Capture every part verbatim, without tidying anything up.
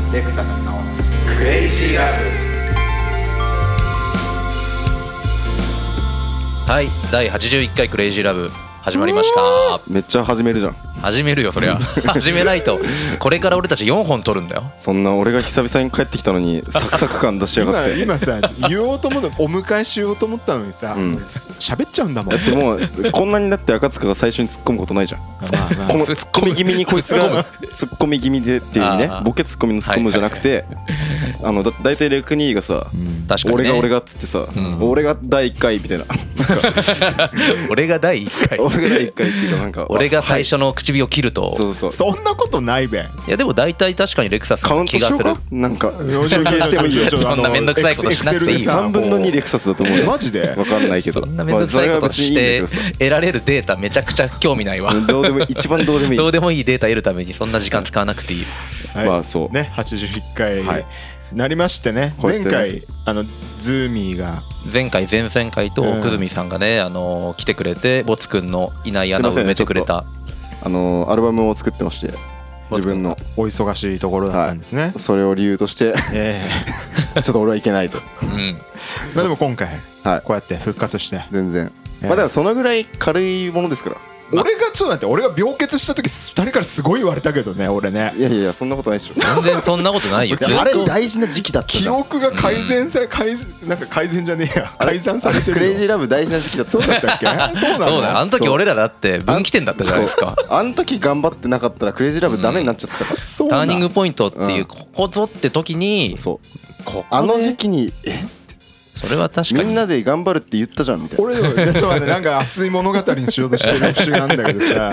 レクサスのクレイジーラブ。 はい、だいはちじゅういっかいクレイジーラブ始まりました。 めっちゃ始めるじゃん。 始めるよそりゃ始めないと。これから俺たちよんほん撮るんだよ。 そんな俺が久々に帰ってきたのにサクサク感出しやがって。 今今さ言おうと思ったお迎えしようと思ったのにさ、 うん喋っちゃうんだもん。 だってもうこんなになって赤塚が最初に突っ込むことないじゃん。 まあまあこの突っ込み気味にこいつが突っ込み気味でっていう意味ね。ボケ突っ込みの突っ込むじゃなくて、あのだ大体レクニーがさ、 確かにね、 俺が俺がっつってさ、うん、俺がだいいっかいみたいな俺がだいいっかい俺がだいいっかいっていうかなんか俺が最初の唇を切ると、 そうそうそんなことないべ。 いやでも大体確かにレクサスの気がする。 なんかそんなめんどくさいことしなくていいよ。 さんぶんのにレクサスだと思うよ。 マジで分かんないけど、 そんなめんどくさいことして得られるデータめちゃくちゃ興味ないわ。 どうでも一番どうでもいいどうでもいいデータ得るためにそんな時間使わなくていい。 まあそうね、はちじゅういっかいなりましてね。前回あのズーミーが前回前々回とくずみさんがね、あの来てくれてボツくんのいない穴を埋めてくれた。 あのアルバムを作ってまして、自分のお忙しいところだったんですね、はい、 それを理由として、えー、ちょっと俺はいけないと、 うん、 まあでも今回こうやって復活して全然、えー、まあだからそのぐらい軽いものですから。 俺がちょっと待って、俺が病欠した時ふたりからすごい言われたけどね、俺ね。 いやいやそんなことないでしょ。 全然そんなことないよ。 あれ大事な時期だったじゃん。 記憶が改善さ改なんか改善じゃねえや改ざんされてるよ。 クレイジーラブ大事な時期だった。 そうだったっけ？そうなの？ そうだよ。あの時俺らだって分岐点だったじゃないですか。 あの時頑張ってなかったらクレイジーラブダメになっちゃってたから。 うん、ターニングポイントっていうここぞって時に、 そうここあの時期にえそれは確かにみんなで頑張るって言ったじゃんみたいな。 俺でもちょっと待って、なんか熱い物語にしようとしてる節なんだけどさ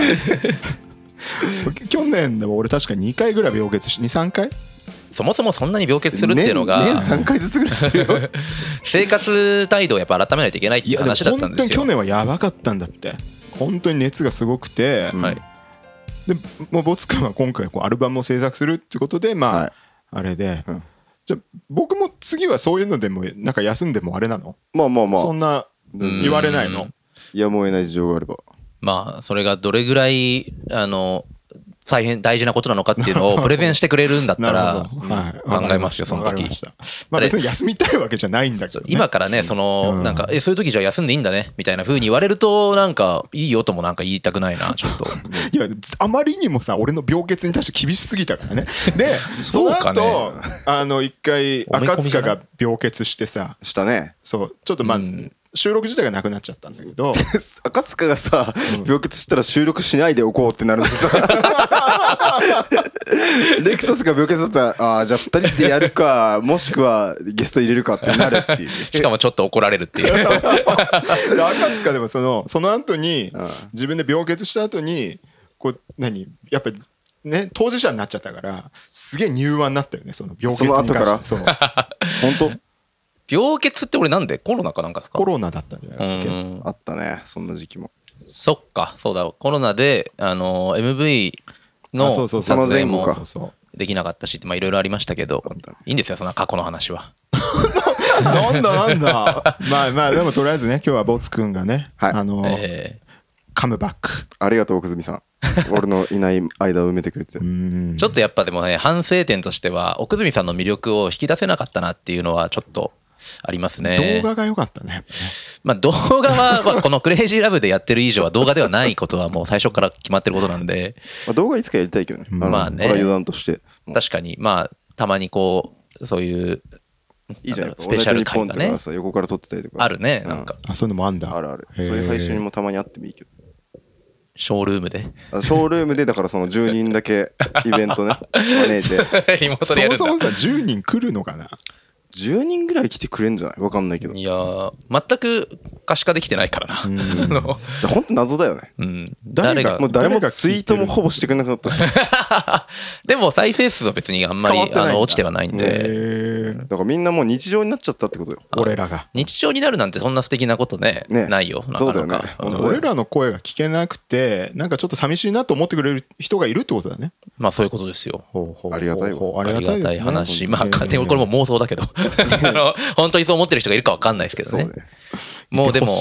去年でも俺確かにかいぐらい病欠しにさんかい。 そもそもそんなに病欠するっていうのが年さんかいずつぐらいしてるよ生活態度をやっぱ改めないといけないっていう話だったんですよ。 本当に去年はやばかったんだって。本当に熱がすごくて、はい、でもうボツ君は今回こうアルバムを制作するってことでまあ、はい、あれで、うん、じゃ僕も次はそういうのでもなんか休んでもあれなの？ まあまあまあそんな言われないの？ やむを得ない事情があれば、 まあそれがどれぐらいあの大変大事なことなのかっていうのをプレゼンしてくれるんだったら考えますよその時。 まあ別に休みたいわけじゃないんだけどね。 今からねそのなんかえそういう時じゃ休んでいいんだねみたいな風に言われるとなんかいいよともなんか言いたくないなちょっと。 いやあまりにもさ俺の病欠に対して厳しすぎたからね。でその後あの一回赤塚が病欠してさしたね。 そうちょっとまあ収録自体がなくなっちゃったんだけど赤塚がさ、うん、病欠したら収録しないでおこうってなるんでさレクサスが病欠だったらあじゃあふたりでやるかもしくはゲスト入れるかってなるっていうしかもちょっと怒られるっていう赤塚でもそのその後に自分で病欠した後にこう何やっぱりね当事者になっちゃったからすげえ柔和になったよねその病欠に関して。その後からそう本当病欠って俺なんでコロナかなんかですか？ コロナだったんじゃないかっけ？ あったねそんな時期も。 そっかそうだコロナであの エムブイ の撮影もできなかったしまあいろいろありましたけどいいんですよそんな過去の話は。 なんだなんだまあまあでもとりあえずね今日はボツくんがね、はい、あの、えー、カムバックありがとう奥住さん俺のいない間を埋めてくれてちょっとやっぱでもね反省点としては奥住さんの魅力を引き出せなかったなっていうのはちょっとありますね。 動画が良かったね。 まあ動画はこのクレイジーラブでやってる以上は動画ではないことはもう最初から決まってることなんでまあ動画いつかやりたいけどね。 まあね余談として確かにまあたまにこうそういういいじゃんスペシャル回がね横から撮ってたりとかあるねなんかあそういうのもあんだ。 あるあるそういう配信もたまにあってもいいけどショールームでショールームでだからそのじゅうにんだけイベントね招いてリモートでやるんだ。 そもそもさじゅうにん来るのかな。 じゅうにんぐらい来てくれんじゃない？わかんないけど。 いやー全く可視化できてないからな。 ほんと謎だよね。 うん、 誰がもう誰もツイートもほぼしてくれなかったしでも再生数は別にあんまりあの落ちてはないんでだからみんなもう日常になっちゃったってことよ。 俺らが日常になるなんてそんな素敵なことね、ねないよ。 そうだよね。 俺らの声が聞けなくてなんかちょっと寂しいなと思ってくれる人がいるってことだね。 まあそういうことですよ。 ほうほうありがたいありがたいですね。 話まあ勝手にこれも妄想だけどあの本当にそう思ってる人がいるかわかんないですけどね。もうでも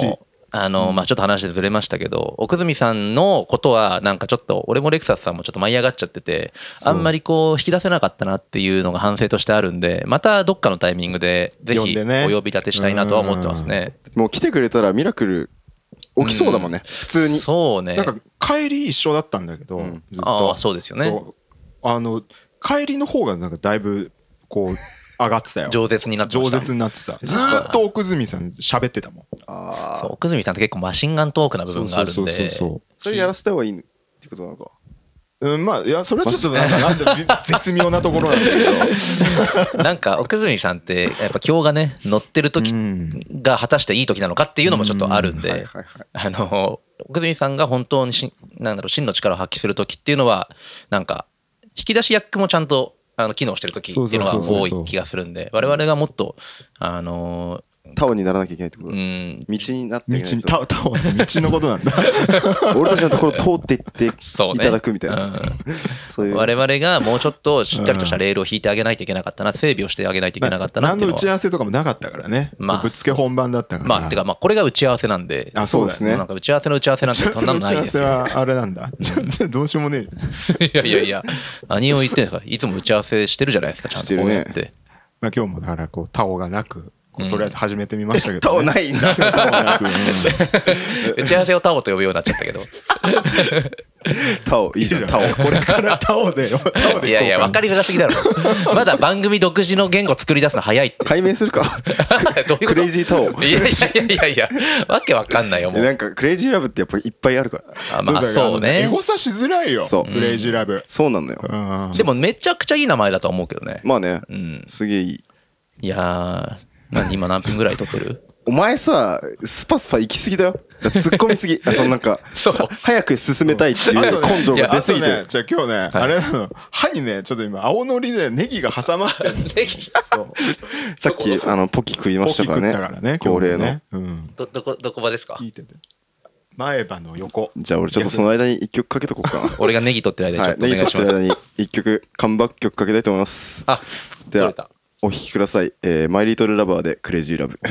あのまあちょっと話でずれましたけど、奥住さんのことはなんかちょっと俺もレクサスさんもちょっと舞い上がっちゃってて、あんまりこう引き出せなかったなっていうのが反省としてあるんで、またどっかのタイミングでぜひお呼び立てしたいなとは思ってますね。 もう来てくれたらミラクル起きそうだもんね、普通に。 そうね。 なんか帰り一緒だったんだけど、ずっと。 ああそうですよね。 あの帰りの方がなんかだいぶこう上がってたよ。 饒舌になってました。 饒舌になってた。ずーっと奥住さん喋ってたもん。 ああ。そう、奥住さんって結構マシンガントークな部分があるんで。そうそうそうそう。 それやらせた方がいいってことなのか。 うん、まあいやそれはちょっとなんかなんで絶妙なところなんだけど。 なんか奥住さんってやっぱ今日がね乗ってる時が果たしていい時なのかっていうのもちょっとあるんで、あの奥住さんが本当にしなんだろう真の力を発揮する時っていうのはなんか引き出し役もちゃんとあの機能してる時っていうのが多い気がするんで、我々がもっとあのタオにならなきゃいけないってこと。うん、道になっていけないと。 タオタオって道のことなんだ。 俺たちのところ通っていっていただくみたいな。 そういう我々がもうちょっとしっかりとしたレールを引いてあげないといけなかったな、整備をしてあげないといけなかったなっていうのは。 何の打ち合わせとかもなかったからね。まあぶっつけ本番だったから。 まあてかまあこれが打ち合わせなんで。 あそうですね。 なんか打ち合わせの打ち合わせなんてそんなのないですよ。 打ち合わせはあれなんだ。じゃどうしようもねえ。いやいやいや何を言ってんですか。いつも打ち合わせしてるじゃないですかちゃんとこうやって。 まあ今日もだからこうタオがなく。とりあえず始めてみましたけど、 タオないんだ。タオなく打ち合わせをタオと呼ぶようになっちゃったけど。 タオいいじゃん。タオこれからタオでタオで。 いやいや分かりづらすぎだろ。まだ番組独自の言語作り出すの早いって。 解明するか。 どういうこと？ クレイジータオ。 いやいやいやいやわけわかんないよもう。 なんかクレイジーラブってやっぱりいっぱいあるから。 あまあそうね。 エゴサしづらいよ。クレイジーラブ。 そうなのよ。 でもめちゃくちゃいい名前だと思うけどね。 まあね。すげえいい。 いやー。何今何分ぐらい撮ってる？ お前さスパスパ行き過ぎだよ。突っ込みすぎ。そのなんか早く進めたいっていう根性が出すぎて。 じゃあ今日ねあれなの歯にねちょっと今青のりでネギが挟まってる。ネギ。そう。 さっきあのポキ食いましたからね。 ポキ食ったからね。 恒例の。 どどこどこ場ですか？ 聞いてて。前歯の横。 じゃあ俺ちょっとその間に一曲かけとこうかな。 俺がネギ取ってる間にちょっとお願いします。 ネギ取ってる間に一曲カムバック曲かけたいと思います。 あ、 では。お聴きください、えー、マイリトルラバーでクレイジーラブ。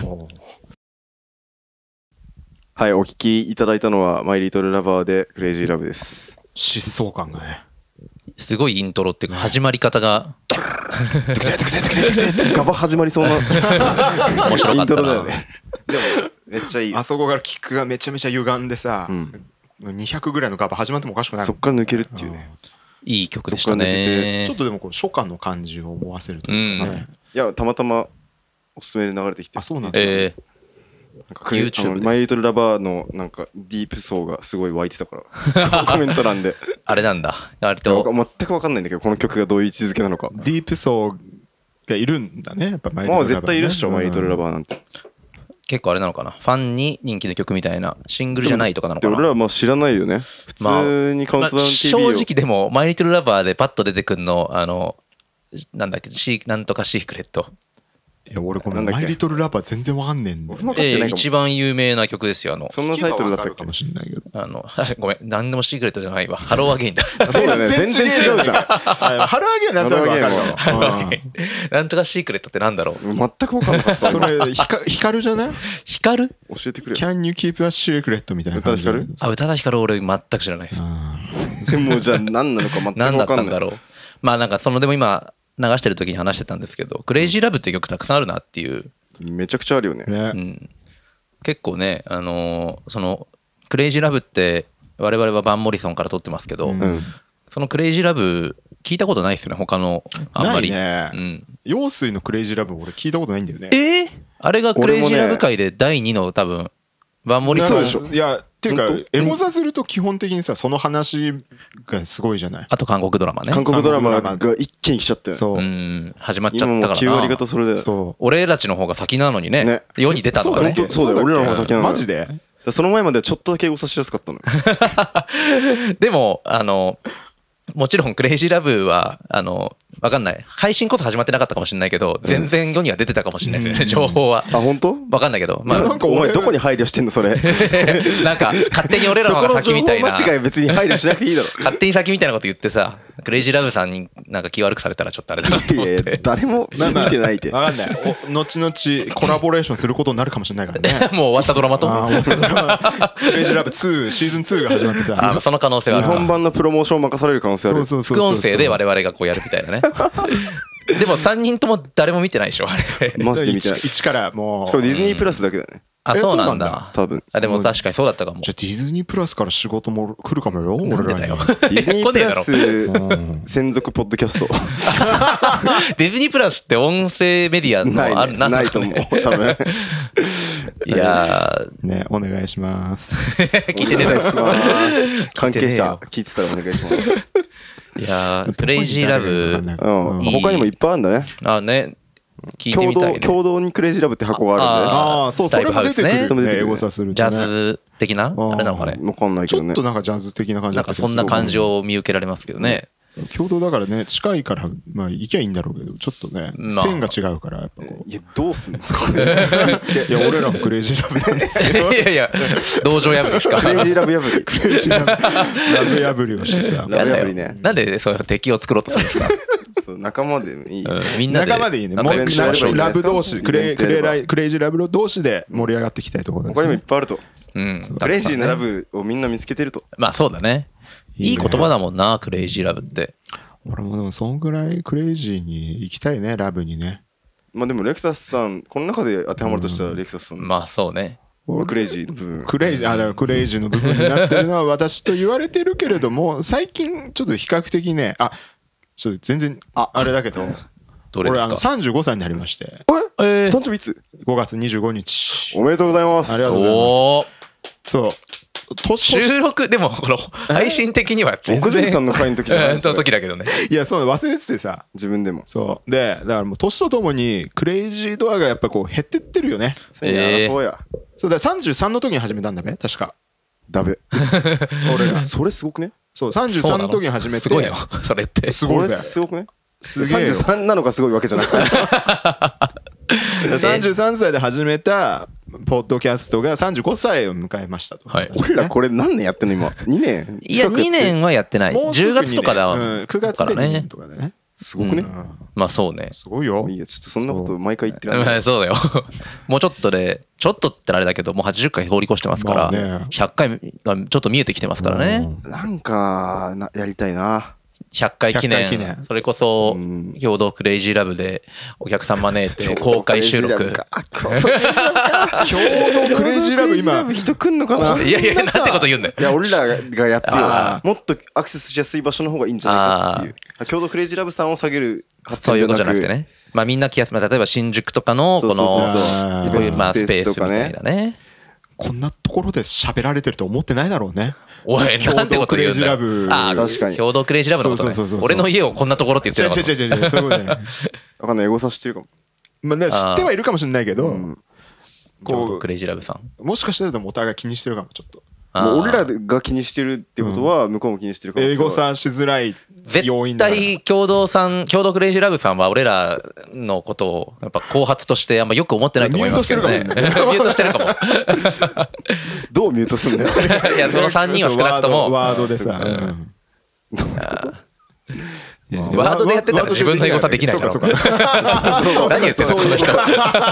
はい、お聴きいただいたのはマイリトルラバーでクレイジーラブです。 疾走感がねすごいイントロっていうか始まり方がガバ始まりそうな面白かったな。でもめっちゃいい。 あそこからキックがめちゃめちゃ歪んでさ、うん、にひゃくぐらいのガバ始まってもおかしくない。 そっから抜けるっていうね。 いい曲でしたね。 ちょっとでもこう初夏の感じを思わせるというかね。 いやたまたまおすすめで流れてきて。 あそうなんですね。 えー、 なんかマイリトルラバーのなんかディープ層がすごい湧いてたからコメント欄で。 あれなんだ。割と全く分かんないんだけどこの曲がどういう位置づけなのか。 ディープ層がいるんだねやっぱマイリトルラバー。 まあ絶対いるっしょマイリトルラバーなんて。 結構あれなのかなファンに人気の曲みたいなシングルじゃないとかなのかな。 俺らはまあ知らないよね普通にカウントダウン ティーブイ を、 まあ、正直でもマイリトルラバーでパッと出てくるのあのなんだっけシなんとかシークレット。 いや俺このマイリトルラバー全然わかんねえんだよ。 えー、一番有名な曲ですよあの。 そんなタイトルだったっけかもしれないけど。 あのごめん何でもシークレットじゃないわハローアゲインだ。 そうだね全然違うじゃん。 ハローアゲインなんとなくわかるわ。 なんとかシークレットってなんだろう。 全くわかんない。 それ光るじゃない？ 光る？ 教えてくれ。 Can you keep a secret みたいな感じ。 あ宇多田ヒカル俺全く知らないです。 でもじゃあ何なのか全くわかんない。 何だったんだろう。まあなんかそのでも今流してる時に話してたんですけどクレイジーラブっていう曲たくさんあるなっていう。 めちゃくちゃあるよね。 うん、結構ね、あのー、そのクレイジーラブって我々はバン・モリソンから撮ってますけど、うん、そのクレイジーラブ聞いたことないですよね他のあんまり。 ないね。うん、陽水のクレイジーラブ俺聞いたことないんだよね。 えー、あれがクレイジーラブ界でだいにの多分バン・モリソン。 いやっていうかエゴサすると基本的にさその話がすごいじゃない。 あと韓国ドラマね。 韓国ドラマが一気に来ちゃってそう、うん、始まっちゃったからな。今もきゅうわり方それで。そう俺たちの方が先なのにね。ね世に出たのがね。 そうだよ俺らの方が先なの。 マジで。 その前までちょっとだけエゴサしやすかったのよ。 でもあのもちろんクレイジーラブはあの分かんない配信こそ始まってなかったかもしれないけど、うん、全然世には出てたかもしれないですね、うん、情報は。 あ本当？ 分かんないけど、まあ、 なんかお前どこに配慮してんのそれ。 なんか勝手に俺らの方が先みたいな。 そこの情報間違い別に配慮しなくていいだろ。 勝手に先みたいなこと言ってさクレイジーラブさんになんか気悪くされたらちょっとあれだなと思っいやいやて誰も見てないって。 分かんない。お後々コラボレーションすることになるかもしれないからね。 もう終わったドラマとあー終わったドラマクレイジーラブツーシーズンツーが始まってさ。 あその可能性はあるか日本版のプロモーションを任される可能性ある。 そうそうそう副そう。 音声で我々がこうやるみたいなねでもさんにんとも誰も見てないでしょあれマジで見てない。し一からもう。 かもディズニープラスだけだね。 あえそうなんだそうなんだ多分。 あでも確かにそうだったかもじゃあディズニープラスから仕事も来るかもよ。 なんでだよディズニープラスうん専属ポッドキャスト。 ディズニープラスって音声メディアのあるないね。ないと思う。多分。 いやねお願いします。 ー聞いてねえだろお願いします。関係者聞いてねえよ聞いてたらお願いします。 いやークレイジーラブうん。 いい他にもいっぱいあるんだね。 あね聞いて共同みたいね共同にクレイジーラブって箱があるんで。 ああそうそれも出てくライブハウスねるね。 それも出てくる英語さするジャとね。 ズ的なーあれなのかねわかんないけどねちょっと。なんかジャズ的な感じなんかそんな感じを見受けられますけどね共同だからね近いからまあ行きゃいいんだろうけどちょっとねまあ線が違うからやっぱこいやどうすんの？ ういや俺らもクレイジーラブなんですよ。 いやいや道場破りですかクレイジーラブ破り。 クレイジーラブラブ破りをしてさ。 ラブ破りね。 なんでそういう敵を作ろうとするんですかそう仲間でもいい。 うんみんなで仲間でいいね。もう仲良くしましょう仲良くラブ同士クレイクレイライイクレイジーラブ同士で盛り上がっていきたいところです他にもいっね。 ぱいあると。 うんクレイジーなラたくさんねブをみんな見つけてると。 まあそうだねいいいいね言葉だもんなクレイジーラブって俺もでもそんぐらいクレイジーに行きたいねラブにね。 まあでもレクサスさんこの中で当てはまるとしたらレクサスさんまあそうねはクレイジーの部分。 クレイジーあだからクレイジーの部分になってるのは私と言われてるけれども最近ちょっと比較的ねあちょっと全然ああれだけど俺あのどれですかさんじゅうごさいになりましてえー誕生日いつ？ ごがつにじゅうごにちおめでとうございます。 ありがとうございますおーそう年年収録でもこの配信的には全奥泉さん然の会の時じゃないうんその時だけどねいやそう忘れててさ自分でも。 そうでだからもう年とともにクレイジードアがやっぱこう減ってってるよね。 えーそうや。 そうだからさんじゅうさんの時に始めたんだべ確かダメ。 俺らそれすごくね？ そうさんじゅうさんの時に始めてすごいよそれってこれすごいべすごくね？ すげえよさんじゅうさんなのかすごいわけじゃなくて。 さんじゅうさんさいで始めたポッドキャストがさんじゅうごさいを迎えましたと、 はい俺らこれ何年やってんの今？にねんいや近くやってにねんはやってないもうすぐじゅうがつとかだにねうん、くがつでにねんとかでねすごくね？ まあそうねすごいよいやちょっとそんなこと毎回言ってらんない。 まあそうだよもうちょっとでちょっとってあれだけどもうはちじゅっかい通り越してますから、 まあねひゃっかいがちょっと見えてきてますからねなんかなやりたいな。 ひゃっかい記念ひゃっかい記念それこそうん共同クレイジーラブでお客さん招いて公開収録あ共同クレイジーラブか共同クレイジーラブ今クレイジーラブ人来んのかな？ いやいやなんてこと言うんだよいや俺らがやってあよもっとアクセスしやすい場所の方がいいんじゃないかっていう共同クレイジーラブさんを下げる発そういうことじゃなくてね。 ねまあみんな来やすい、まあ、例えば新宿とかのこそうそうそうのそうこういうまあスペースみたスペースとかねいなねこんなところで喋られてると思ってないだろうね。 おいなんてこと言うんだよ共同クレイジーラブああ確かに共同クレイジーラブのことねそうそうそうそう俺の家をこんなところって言ってるのか違う違う違う違うそういうことね。 わかんないエゴサしてるかも。 まあね知ってはいるかもしれないけど、 うんこ共同クレイジーラブさんうもしかしたらでもお互い気にしてるかもちょっと。 もう俺らあーが気にしてるってことは向こうも気にしてるかもしれない。 英語さしづらい要因絶だから。 対共同さん共同クレイジーラブさんは俺らのことをやっぱ後発としてあんまよく思ってないと思いますけどねミュミュートしてるかもどうミュートすんだよ。 いやそのさんにんは少なくともワードワードでさ。 うんうんいやワードでやってたら自分のエゴサできないだろそうかそうか何言ってんのこの人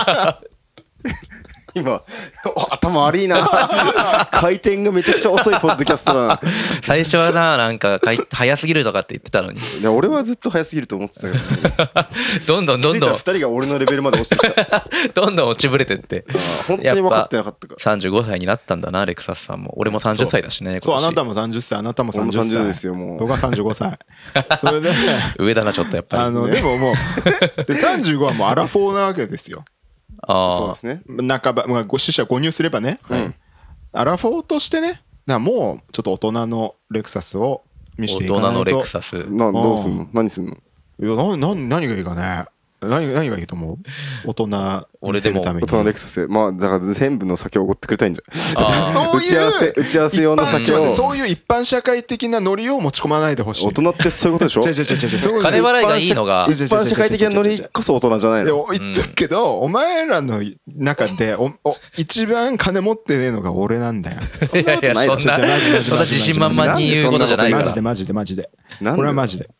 今お頭悪いな。回転がめちゃくちゃ遅いポッドキャストだな。 最初はななんかかい早すぎるとかって言ってたのにいや俺はずっと早すぎると思ってたけど、ね、 どんどんどんどん気づいたらふたりが俺のレベルまで落ちてきた。 どんどん落ちぶれてってあー本当に分かってなかったから。 さんじゅうごさいになったんだなレクサスさんも俺もさんじゅっさいだしねそうあ今年なたもさんじゅっさいあなたもさんじゅっ俺もさんじゅうさいですよもう僕はさんじゅうごさいそれで上だなちょっとやっぱりあのでももうでさんじゅうごはもうアラフォーなわけですよそうあですね。 半ば、まあ、ご死者誤入すればね、 うんアラフォーとしてねだからもうちょっと大人のレクサスを見せていかないと大人のレクサスなどうすんの？何すんの？ いやなな何がいいかね何何がいいと思う大人見せるために大人のレクサス。まあだから全部の酒をおごってくれたいんじゃん。 あーそう打ち合わせいう打ち合わせ用の一般酒を。 ちょっと待ってそういう一般社会的なノリを持ち込まないでほしい大人ってそういうことでしょ？ 違う違う違う違うそういうこと金払いがいいのが一般社会的なノリこそ大人じゃないでの？ 言っとくけど、お前らの中でおお一番金持ってねえのが俺なんだよ。 いやいやそんなないでしょそんな自信満々に言うことじゃないからマジでマジでマジで。 なんでこれはマジで。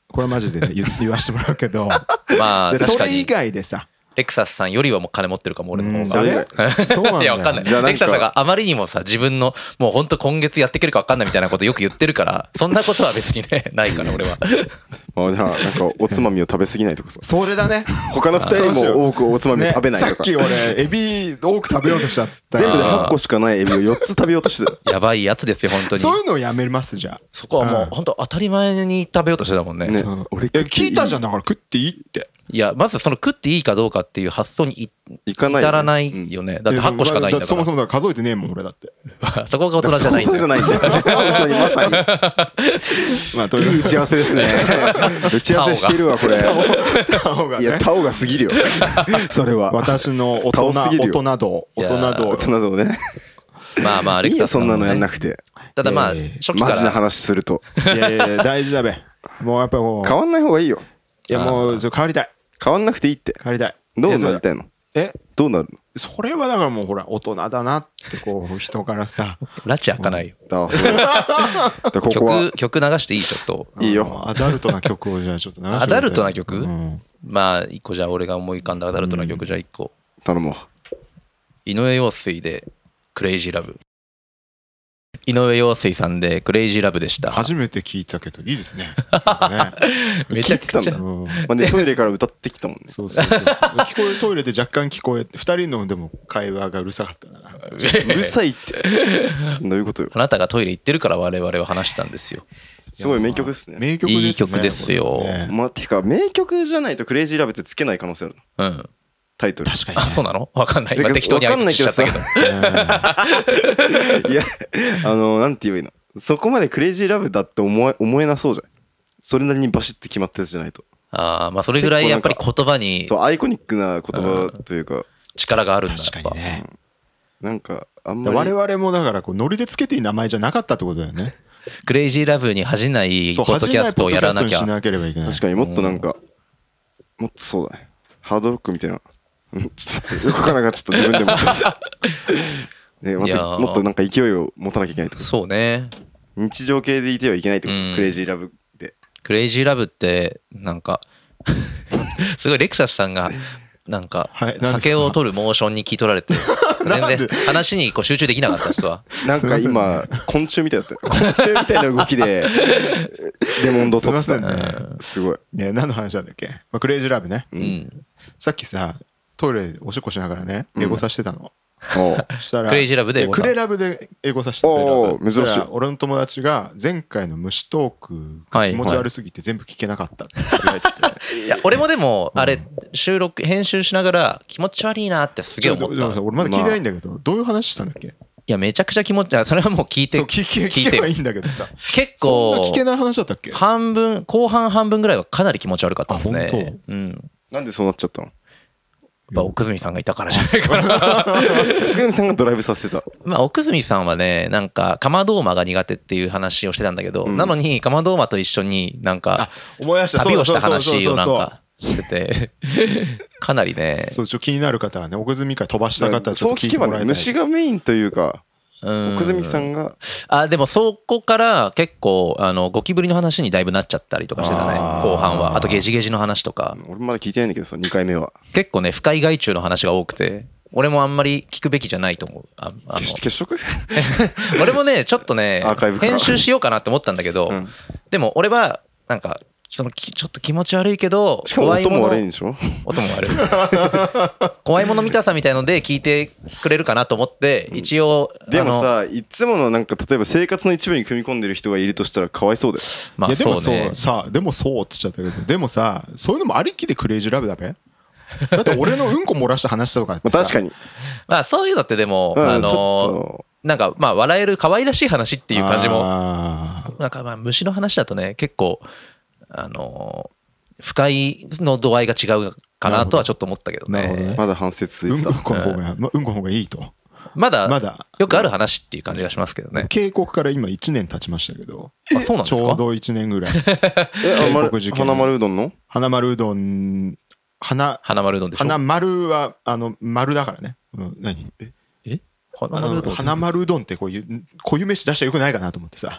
これはマジでね言言わしてもらうけどまあで確かにそれ以外でさレクサスさんよりはもう金持ってるかも俺の方が。 そうなんだよ。 いやわかんない。 じゃあなんかレクサスがあまりにもさ自分のもう本当今月やっていけるかわかんないみたいなことよく言ってるからそんなことは別にねないから俺は。 あじゃあなんかおつまみを食べ過ぎないとかさそれだね。 他のふたりも多くおつまみを食べないとか、 ね、さっき俺エビ多く食べようとしちゃった全部ではっこしかないエビをよっつ食べようとしてた。 やばいやつですよ本当に。 そういうのをやめますじゃあ。 そこはもう本当当たり前に食べようとしてたもんね。 ねそう俺聞いたじゃんだから食っていいって。 いやまずその食っていいかどうかっていう発想にい至らないよね。だってはっこしかないんだから。 そもそもだから数えてねえもん俺だって。 そこが大人じゃないんだよ。 大人じゃないんだよ。本当にまさに。 まあといい打ち合わせですね。打ち合わせしてるわこれ。いやタオが過ぎるよ。それは。 私の大人大人度大人度大人度ね。 まあまあいいよそんなのやんなくて。 ただまあ初期からマジな話すると。 いやいや大事だべ。もうやっぱもう変わんない方がいいよ。 いやもう変わりたい。 変わんなくていいって。 変わりたい。 どうなりたいの？ えどうなるの？ それはだからもうほら大人だなってこう人からさ拉致開かないよ。 ここは曲曲流していいちょっと。 いいよ。 アダルトな曲をじゃあちょっと流してください。 アダルトな曲？ うん、 まあ一個じゃあ俺が思い浮かんだアダルトな曲じゃあ一個。 頼もう。 井上陽水でクレイジーラブ。井上陽水さんでクレイジーラブでした。 初めて聞いたけどいいですね。ねめちゃくちゃ。 うんまあね、トイレから歌ってきたもんね。 そうそうそう聞こえトイレで若干聞こえてふたりのでも会話がうるさかったな。 うるさいってどういうことよ。 あなたがトイレ行ってるから我々は話したんですよ。 すごい名曲ですね。 名曲ですね。 いい曲ですよ。 ね、 まあてか名曲じゃないとクレイジーラブってつけない可能性あるの。 うん。 タイトル。 確かに、ね。 あ、そうなの？わかんない。今適当に相手しちゃったけど。 いやあのなんて言えばいいの。そこまでクレイジーラブだって思え思えなそうじゃん。それなりにバシッて決まったやつじゃないと。 ああまあそれぐらいやっぱり言葉にそうアイコニックな言葉というか力があるんだ。 確かにね。 なんかあんまり我々もだからこうノリでつけていい名前じゃなかったってことだよね。 クレイジーラブに恥じないポッドキャストをやらなきゃ。 しなければいけない。 確かにもっとなんかもっとそうだね。ハードロックみたいな。うん、ちょっと待って動かなかったちょっと自分でもね、もっともっとなんか勢いを持たなきゃいけないってこと。 そうね。 日常系でいてはいけないってこと、 うん、 クレイジーラブで。 クレイジーラブってなんかすごいレクサスさんがなんか酒を取るモーションに聞き取られて全然話にこう集中できなかったですわ。 なんか今昆虫みたいだった昆虫みたいな動きでレモンド取ってた。ね、すごいね。何の話なんだっけ、まあ、クレイジーラブね、 うん、 さっきさトイレでおしっこしながらねエゴさしてたの、 うん、 したらクレイジーラブでクレラブでエゴさしてた。 お珍しい。 俺の友達が前回の虫トークが気持ち悪すぎて全部聞けなかったってつぶやいてて、はいはい、 いや俺もでもあれ収録編集しながら気持ち悪いなってすげえ思った。 俺まだ聞いてないんだけど、まあ、どういう話したんだっけ。 いやめちゃくちゃ気持ち悪い。それはもう聞いてそう聞け聞けばいいんだけどさ結構そんな聞けない話だったっけ。 半分後半半分ぐらいはかなり気持ち悪かったですね。 あ本当、 うん、 なんでそうなっちゃったの。 やっぱ奥住さんがいたからじゃないかな。 奥住さんがドライブさせてた。 まあ奥住さんはねなんかカマドーマが苦手っていう話をしてたんだけど、うん、なのにカマドーマと一緒になんか旅をした話をなんかしててかなりね。 そうちょっと気になる方はね奥住から飛ばした方はちょっと聞いてもらいたい。 そう聞けばね虫がメインというか奥住さんがあでもそこから結構あのゴキブリの話にだいぶなっちゃったりとかしてたね後半は。あとゲジゲジの話とか。 俺まだ聞いてないんだけどさにかいめは結構ね不快害虫の話が多くて俺もあんまり聞くべきじゃないと思う。ああの血色俺もねちょっとね編集しようかなって思ったんだけど、うん、でも俺はなんかそのちょっと気持ち悪いけどしかも音も悪いんでしょ。 音も悪い怖いもの見たさみたいので聞いてくれるかなと思って一応、 うん、でもさいつものなんか例えば生活の一部に組み込んでる人がいるとしたらかわいそうだよ。 まあそうね。 いやでもそうさでもそうって言っちゃったけどでもさそういうのもありきでクレイジーラブだべ。だって俺のうんこ漏らした話とかってさ確かにまあそういうのってでも、うん、あのー、なんかまあ笑える可愛らしい話っていう感じもなんかまあ虫の話だとね結構あのー不快の度合いが違うかなとはちょっと思ったけどね。 ねまだ反省続いてた。 うんこの方が、うん、うんこの方がいいと。 まだまだよくある話っていう感じがしますけどね。 警告から今いちねん経ちましたけど。 あそうなんですか。 ちょうどいちねんぐらい。 え花丸うどんの？ 花丸うどん花花丸うどんでしょ。 花丸はあの丸だからね。うん、何？え？ え？花丸うどん。 花丸うどんってこういう固有名詞出したらよくないかなと思ってさ。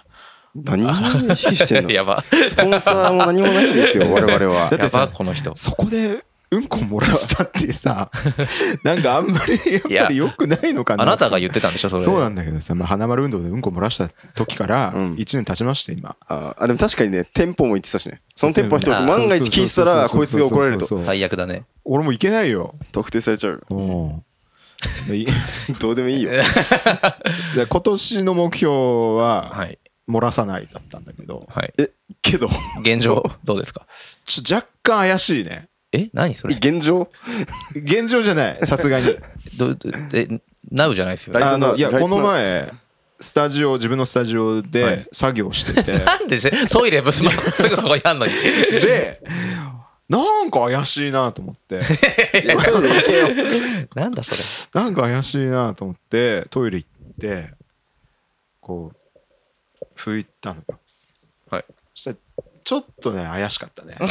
何も意識してんのやばスポンサーも何もないんですよ我々は。 だってさやばこの人そこでうんこ漏らしたっていうさなんかあんまりやっぱり良くないのかな。 あなたが言ってたんでしょそれ。 そうなんだけどさ、まあ、花丸運動でうんこ漏らした時からいちねん経ちまして今。 ああでも確かにね店舗も言ってたしね。その店舗の人が万が一聞いてたらこいつが怒られると最悪だね。 俺もいけないよ。 特定されちゃう。 うんどうでもいいよ。 で今年の目標ははい漏らさないだったんだけど、 はい。 えけど現状どうですか。 ちょ若干怪しいね。 え何それ。 現状現状じゃないさすがに。 どどえナウじゃないですよね。 ライトナウあのいやライトナウこの前スタジオ自分のスタジオはでい作業してて、 なんでせトイレブスマすぐそこにあんのに。 でなんか怪しいなと思ってなんだそれ。 なんか怪しいなと思ってトイレ行ってこう拭いたのよ。 はい。 そしたらちょっとね怪しかったね。 なんだ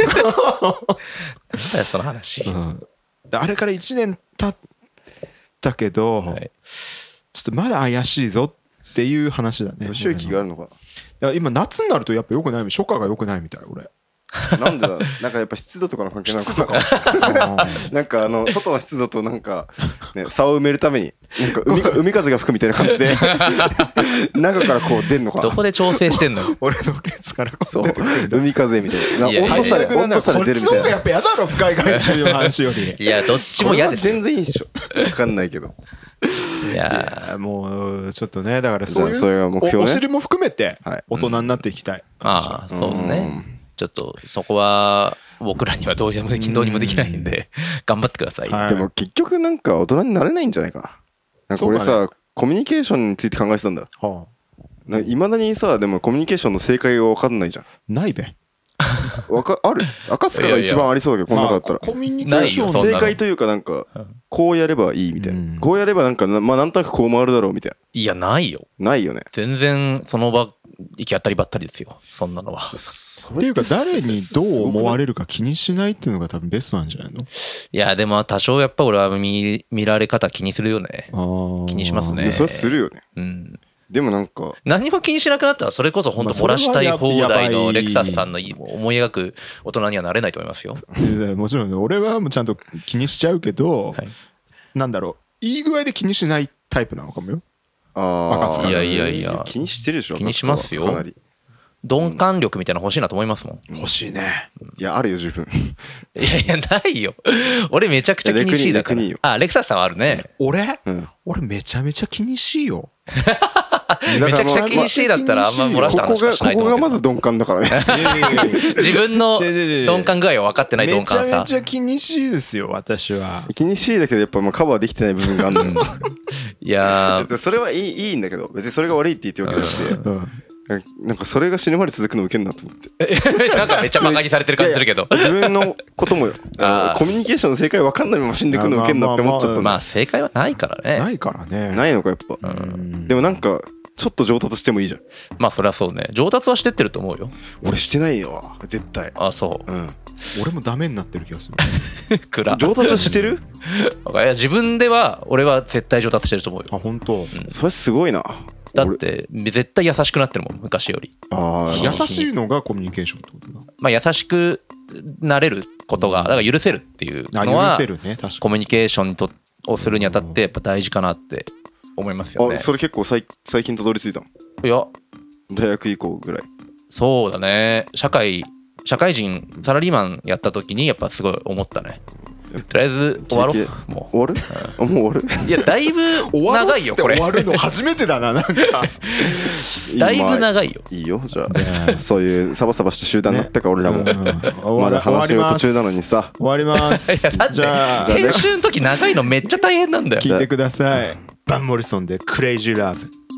よその話。 そうであれからいちねん経ったけど、 はい、 ちょっとまだ怪しいぞっていう話だね。 周期があるのかいや今夏になるとやっぱ良くない初夏が良くないみたい俺。 な。なんでだなんかやっぱ湿度とかの関係なのかな。なんかあの外の湿度となんかね差を埋めるためになんか海海風が吹くみたいな感じで中からこう出んのかな。 どこで調整してんのよ。 俺のケツからこそうう出てくるんだ。 海風みたいな。 いや温度差で温度差でこっ出るみたいな。 ちの方がやっぱ嫌だろ深い外中の話より。 いやどっちもこれは嫌ですよ。 全然いいっしょ。わかんないけど。 いいややもうちょっとねだからそういうじゃあそれが目標ねおお尻も含めてはい大人になっていきたい。 ああそうですね。ちょっとそこは僕らにはどうにもできどうにもできないんで頑張ってください。 はいでも結局なんか大人になれないんじゃないかな。なんか俺そうかさコミュニケーションについて考えてたんだ。 はいまだにさでもコミュニケーションの正解が分かんないじゃん。 ないべ。 わかある赤塚が一番ありそうだけどこの中だったらまあコミュニケーションないよそんなの正解というかなんかこうやればいいみたいうんなこうやればなんかなまあなんとなくこう回るだろうみたいいやないよ。 なないよね。 全然その場行き当たりばったりですよそんなのは。 っていうか誰にどう思われるか気にしないっていうのが多分ベストなんじゃないの。 いやでも多少やっぱ俺は見見られ方気にするよね。 気気にしますねでそれはするよね。 うん。 でもなんか何も気にしなくなったらそれこそ本当漏らしたい放題のレクサスさんの思い描く大人にはなれないと思いますよ。 もちろんね俺はもうちゃんと気にしちゃうけど、 はいなんだろういい具合で気にしないタイプなのかもよ。 あ赤塚いやいやいや気にしてるでしょ。 気にしますよかなり鈍感力みたいなの欲しいなと思いますもん。 欲しいね。 いやあるよ十分。 いやいやないよ。俺めちゃくちゃ気にしいだからいやレクにレクによ。 あレクサスさんはあるね。 俺、 うん俺めちゃめちゃ気にしいよ。 めちゃくちゃ気にしいだったらあんま漏らしたここが話はしないとここが思うけど。 まず鈍感だからね。 自分の違う違う違う鈍感具合を分かってない鈍めちゃ感さ。 めちゃ気にしいですよ私は。 気にしいだけどやっぱまあカバーできてない部分があるのよ。 いやーそれはいいいいんだけど別にそれが悪いって言ってるわけじゃなくてうんなんかそれが死ぬまで続くのウケんなと思ってなんかめっちゃバカにされてる感じするけど。 自分のこともよああーのコミュニケーションの正解分かんないまま死んでくのウケんなって思っちゃったんだ。 まあ正解はないからね。 ないからね。 ないのかやっぱうんでもなんかちょっと上達してもいいじゃん。 まあそりゃそうね。上達はしてってると思うよ。 俺してないよ絶対。 あそううん俺もダメになってる気がする。 暗。 上達してるいや自分では俺は絶対上達してると思うよ。 あ本当。 それすごいな。 だって絶対優しくなってるもん昔より。 あ優しいのがコミュニケーションってことだ。 まあ優しくなれることがだから許せるっていうあのは許せるね確かに。 コミュニケーションとをするにあたってやっぱ大事かなって思いますよねあ。それ結構最最近たどり着いたの。 いや大学以降ぐらい。 そうだね。社会社会人サラリーマンやった時にやっぱすごい思ったね。とりあえず終わろキレうも終わるあもう終わるう。いやだいぶ終わる長いよこれっつって終。わるの初めてだななんか。 だいぶ長いよ。 いいよじゃあそういうサバサバした集団になったか俺らもうんまだ話の途中なのにさ。 終わります。 いやだってじゃあ編集の時長いのめっちゃ大変なんだよ。 聞いてください。バンモリソンでクレイジーラブ。